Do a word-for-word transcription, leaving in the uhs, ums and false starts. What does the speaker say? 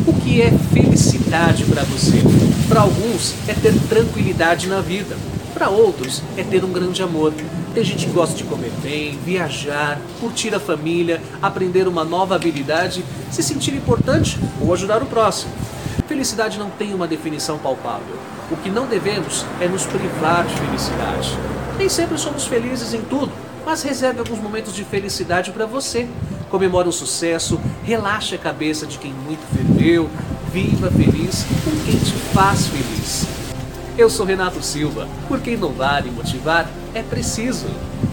O que é felicidade para você? Para alguns é ter tranquilidade na vida, para outros é ter um grande amor. Tem gente que gosta de comer bem, viajar, curtir a família, aprender uma nova habilidade, se sentir importante ou ajudar o próximo. Felicidade não tem uma definição palpável. O que não devemos é nos privar de felicidade. Nem sempre somos felizes em tudo, mas reserve alguns momentos de felicidade para você. Comemore o sucesso, relaxe a cabeça de quem muito viveu, viva feliz com quem te faz feliz. Eu sou Renato Silva, porque inovar e motivar é preciso.